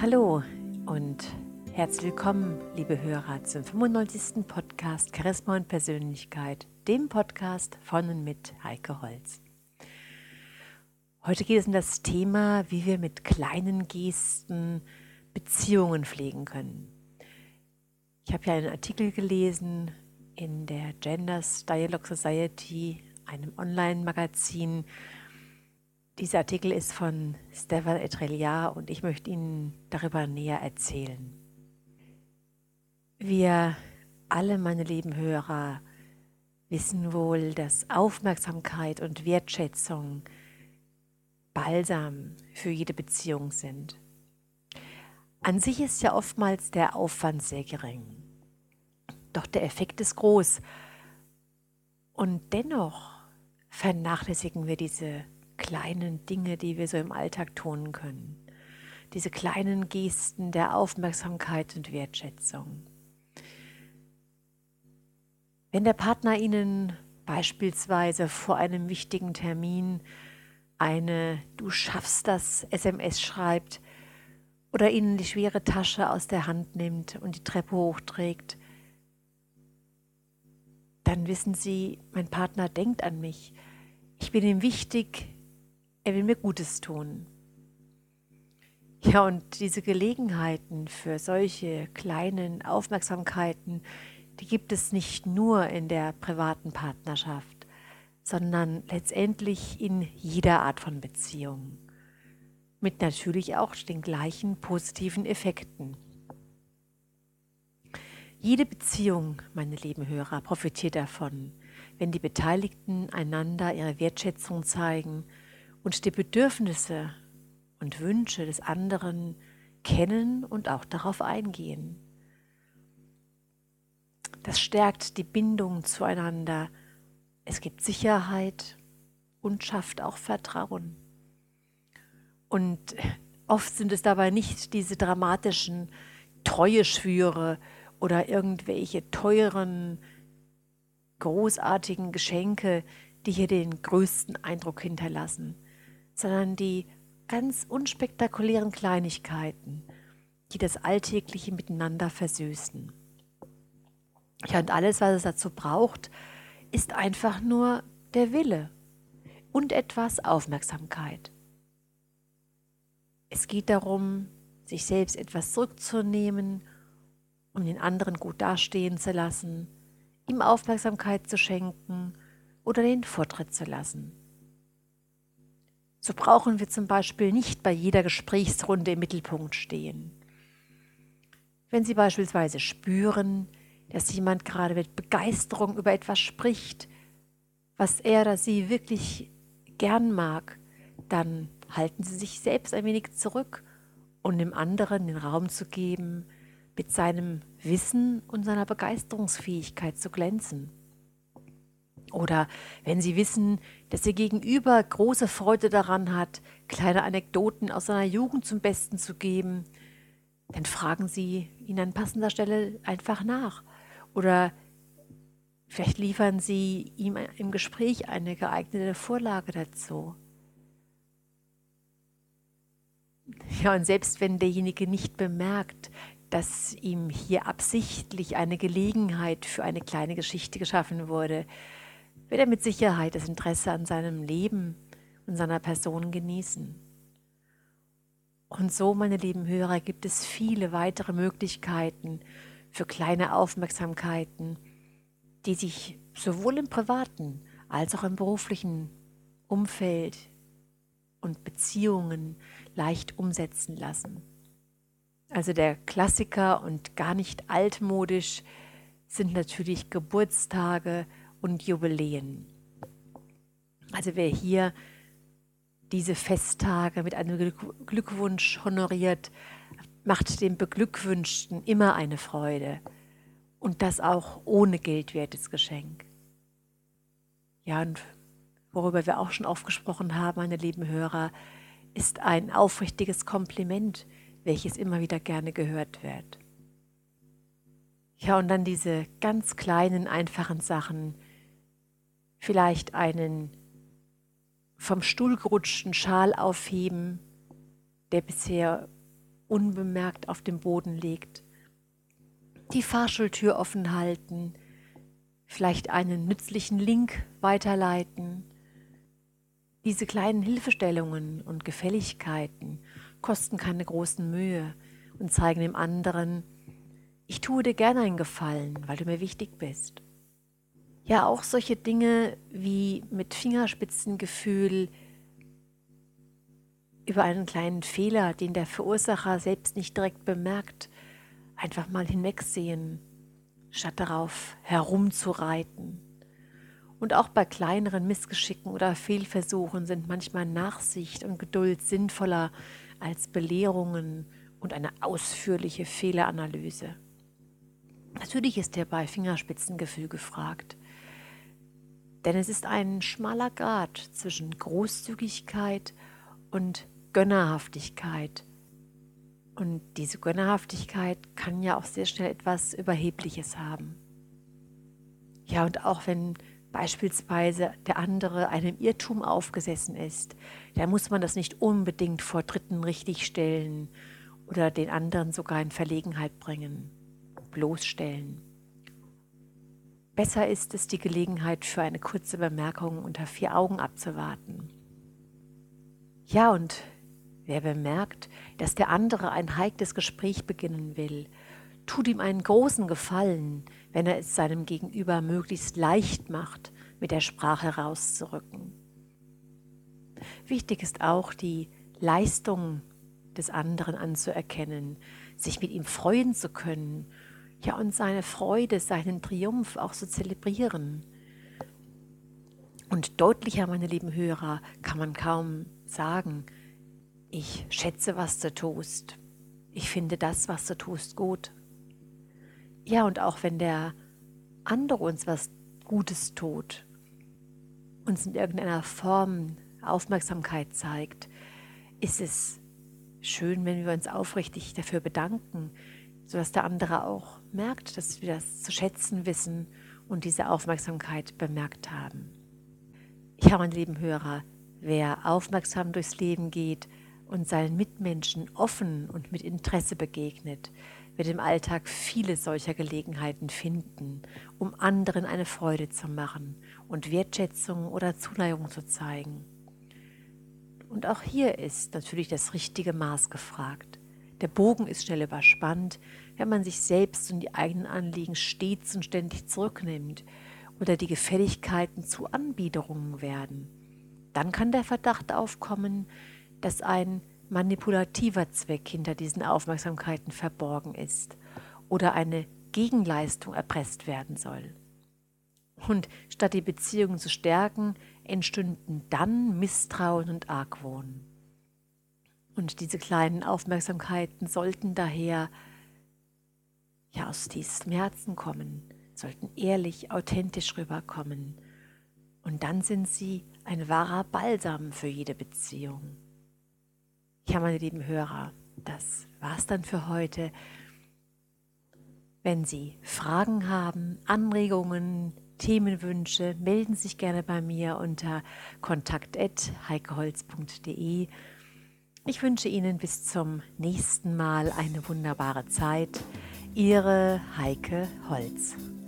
Hallo und herzlich willkommen, liebe Hörer, zum 95. Podcast Charisma und Persönlichkeit, dem Podcast von und mit Heike Holz. Heute geht es um das Thema, wie wir mit kleinen Gesten Beziehungen pflegen können. Ich habe ja einen Artikel gelesen in der Genders Dialogue Society, einem Online-Magazin. Dieser Artikel ist von Stefan Etreliar und ich möchte Ihnen darüber näher erzählen. Wir alle, meine lieben Hörer, wissen wohl, dass Aufmerksamkeit und Wertschätzung Balsam für jede Beziehung sind. An sich ist ja oftmals der Aufwand sehr gering, doch der Effekt ist groß und dennoch vernachlässigen wir diese kleinen Dinge, die wir so im Alltag tun können. Diese kleinen Gesten der Aufmerksamkeit und Wertschätzung. Wenn der Partner Ihnen beispielsweise vor einem wichtigen Termin eine „Du schaffst das" SMS schreibt oder Ihnen die schwere Tasche aus der Hand nimmt und die Treppe hochträgt, dann wissen Sie, mein Partner denkt an mich. Ich bin ihm wichtig, er will mir Gutes tun. Ja, und diese Gelegenheiten für solche kleinen Aufmerksamkeiten, die gibt es nicht nur in der privaten Partnerschaft, sondern letztendlich in jeder Art von Beziehung. Mit natürlich auch den gleichen positiven Effekten. Jede Beziehung, meine lieben Hörer, profitiert davon, wenn die Beteiligten einander ihre Wertschätzung zeigen und die Bedürfnisse und Wünsche des anderen kennen und auch darauf eingehen. Das stärkt die Bindung zueinander, es gibt Sicherheit und schafft auch Vertrauen. Und oft sind es dabei nicht diese dramatischen Treueschwüre oder irgendwelche teuren, großartigen Geschenke, die hier den größten Eindruck hinterlassen, sondern die ganz unspektakulären Kleinigkeiten, die das alltägliche Miteinander versüßen. Ja, und alles, was es dazu braucht, ist einfach nur der Wille und etwas Aufmerksamkeit. Es geht darum, sich selbst etwas zurückzunehmen, um den anderen gut dastehen zu lassen, ihm Aufmerksamkeit zu schenken oder den Vortritt zu lassen. So brauchen wir zum Beispiel nicht bei jeder Gesprächsrunde im Mittelpunkt stehen. Wenn Sie beispielsweise spüren, dass jemand gerade mit Begeisterung über etwas spricht, was er oder sie wirklich gern mag, dann halten Sie sich selbst ein wenig zurück, um dem anderen den Raum zu geben, mit seinem Wissen und seiner Begeisterungsfähigkeit zu glänzen. Oder wenn Sie wissen, dass Ihr Gegenüber große Freude daran hat, kleine Anekdoten aus seiner Jugend zum Besten zu geben, dann fragen Sie ihn an passender Stelle einfach nach. Oder vielleicht liefern Sie ihm im Gespräch eine geeignete Vorlage dazu. Ja, und selbst wenn derjenige nicht bemerkt, dass ihm hier absichtlich eine Gelegenheit für eine kleine Geschichte geschaffen wurde, wird er mit Sicherheit das Interesse an seinem Leben und seiner Person genießen. Und so, meine lieben Hörer, gibt es viele weitere Möglichkeiten für kleine Aufmerksamkeiten, die sich sowohl im privaten als auch im beruflichen Umfeld und Beziehungen leicht umsetzen lassen. Also der Klassiker und gar nicht altmodisch sind natürlich Geburtstage und Jubiläen. Also wer hier diese Festtage mit einem Glückwunsch honoriert, macht dem Beglückwünschten immer eine Freude. Und das auch ohne geldwertes Geschenk. Ja, und worüber wir auch schon oft gesprochen haben, meine lieben Hörer, ist ein aufrichtiges Kompliment, welches immer wieder gerne gehört wird. Ja, und dann diese ganz kleinen, einfachen Sachen, vielleicht einen vom Stuhl gerutschten Schal aufheben, der bisher unbemerkt auf dem Boden legt. Die Fahrstuhltür offen halten, vielleicht einen nützlichen Link weiterleiten. Diese kleinen Hilfestellungen und Gefälligkeiten kosten keine großen Mühe und zeigen dem anderen, ich tue dir gerne einen Gefallen, weil du mir wichtig bist. Ja, auch solche Dinge wie mit Fingerspitzengefühl über einen kleinen Fehler, den der Verursacher selbst nicht direkt bemerkt, einfach mal hinwegsehen, statt darauf herumzureiten. Und auch bei kleineren Missgeschicken oder Fehlversuchen sind manchmal Nachsicht und Geduld sinnvoller als Belehrungen und eine ausführliche Fehleranalyse. Natürlich ist hierbei Fingerspitzengefühl gefragt, denn es ist ein schmaler Grat zwischen Großzügigkeit und Gönnerhaftigkeit. Und diese Gönnerhaftigkeit kann ja auch sehr schnell etwas Überhebliches haben. Ja, und auch wenn beispielsweise der andere einem Irrtum aufgesessen ist, dann muss man das nicht unbedingt vor Dritten richtigstellen oder den anderen sogar in Verlegenheit bringen, bloßstellen. Besser ist es, die Gelegenheit für eine kurze Bemerkung unter 4 Augen abzuwarten. Ja, und wer bemerkt, dass der andere ein heikles Gespräch beginnen will, tut ihm einen großen Gefallen, wenn er es seinem Gegenüber möglichst leicht macht, mit der Sprache rauszurücken. Wichtig ist auch, die Leistung des anderen anzuerkennen, sich mit ihm freuen zu können, ja, und seine Freude, seinen Triumph auch zu zelebrieren. Und deutlicher, meine lieben Hörer, kann man kaum sagen, ich schätze, was du tust. Ich finde das, was du tust, gut. Ja, und auch wenn der andere uns was Gutes tut, uns in irgendeiner Form Aufmerksamkeit zeigt, ist es schön, wenn wir uns aufrichtig dafür bedanken, sodass der andere auch merkt, dass wir das zu schätzen wissen und diese Aufmerksamkeit bemerkt haben. Ja, meine lieben Hörer, wer aufmerksam durchs Leben geht und seinen Mitmenschen offen und mit Interesse begegnet, wird im Alltag viele solcher Gelegenheiten finden, um anderen eine Freude zu machen und Wertschätzung oder Zuneigung zu zeigen. Und auch hier ist natürlich das richtige Maß gefragt. Der Bogen ist schnell überspannt, wenn man sich selbst und die eigenen Anliegen stets und ständig zurücknimmt oder die Gefälligkeiten zu Anbiederungen werden. Dann kann der Verdacht aufkommen, dass ein manipulativer Zweck hinter diesen Aufmerksamkeiten verborgen ist oder eine Gegenleistung erpresst werden soll. Und statt die Beziehung zu stärken, entstünden dann Misstrauen und Argwohn. Und diese kleinen Aufmerksamkeiten sollten daher ja aus tiefstem Herzen kommen, sollten ehrlich, authentisch rüberkommen. Und dann sind sie ein wahrer Balsam für jede Beziehung. Ja, meine lieben Hörer, das war's dann für heute. Wenn Sie Fragen haben, Anregungen, Themenwünsche, melden Sie sich gerne bei mir unter kontakt@heikeholz.de. Ich wünsche Ihnen bis zum nächsten Mal eine wunderbare Zeit. Ihre Heike Holz.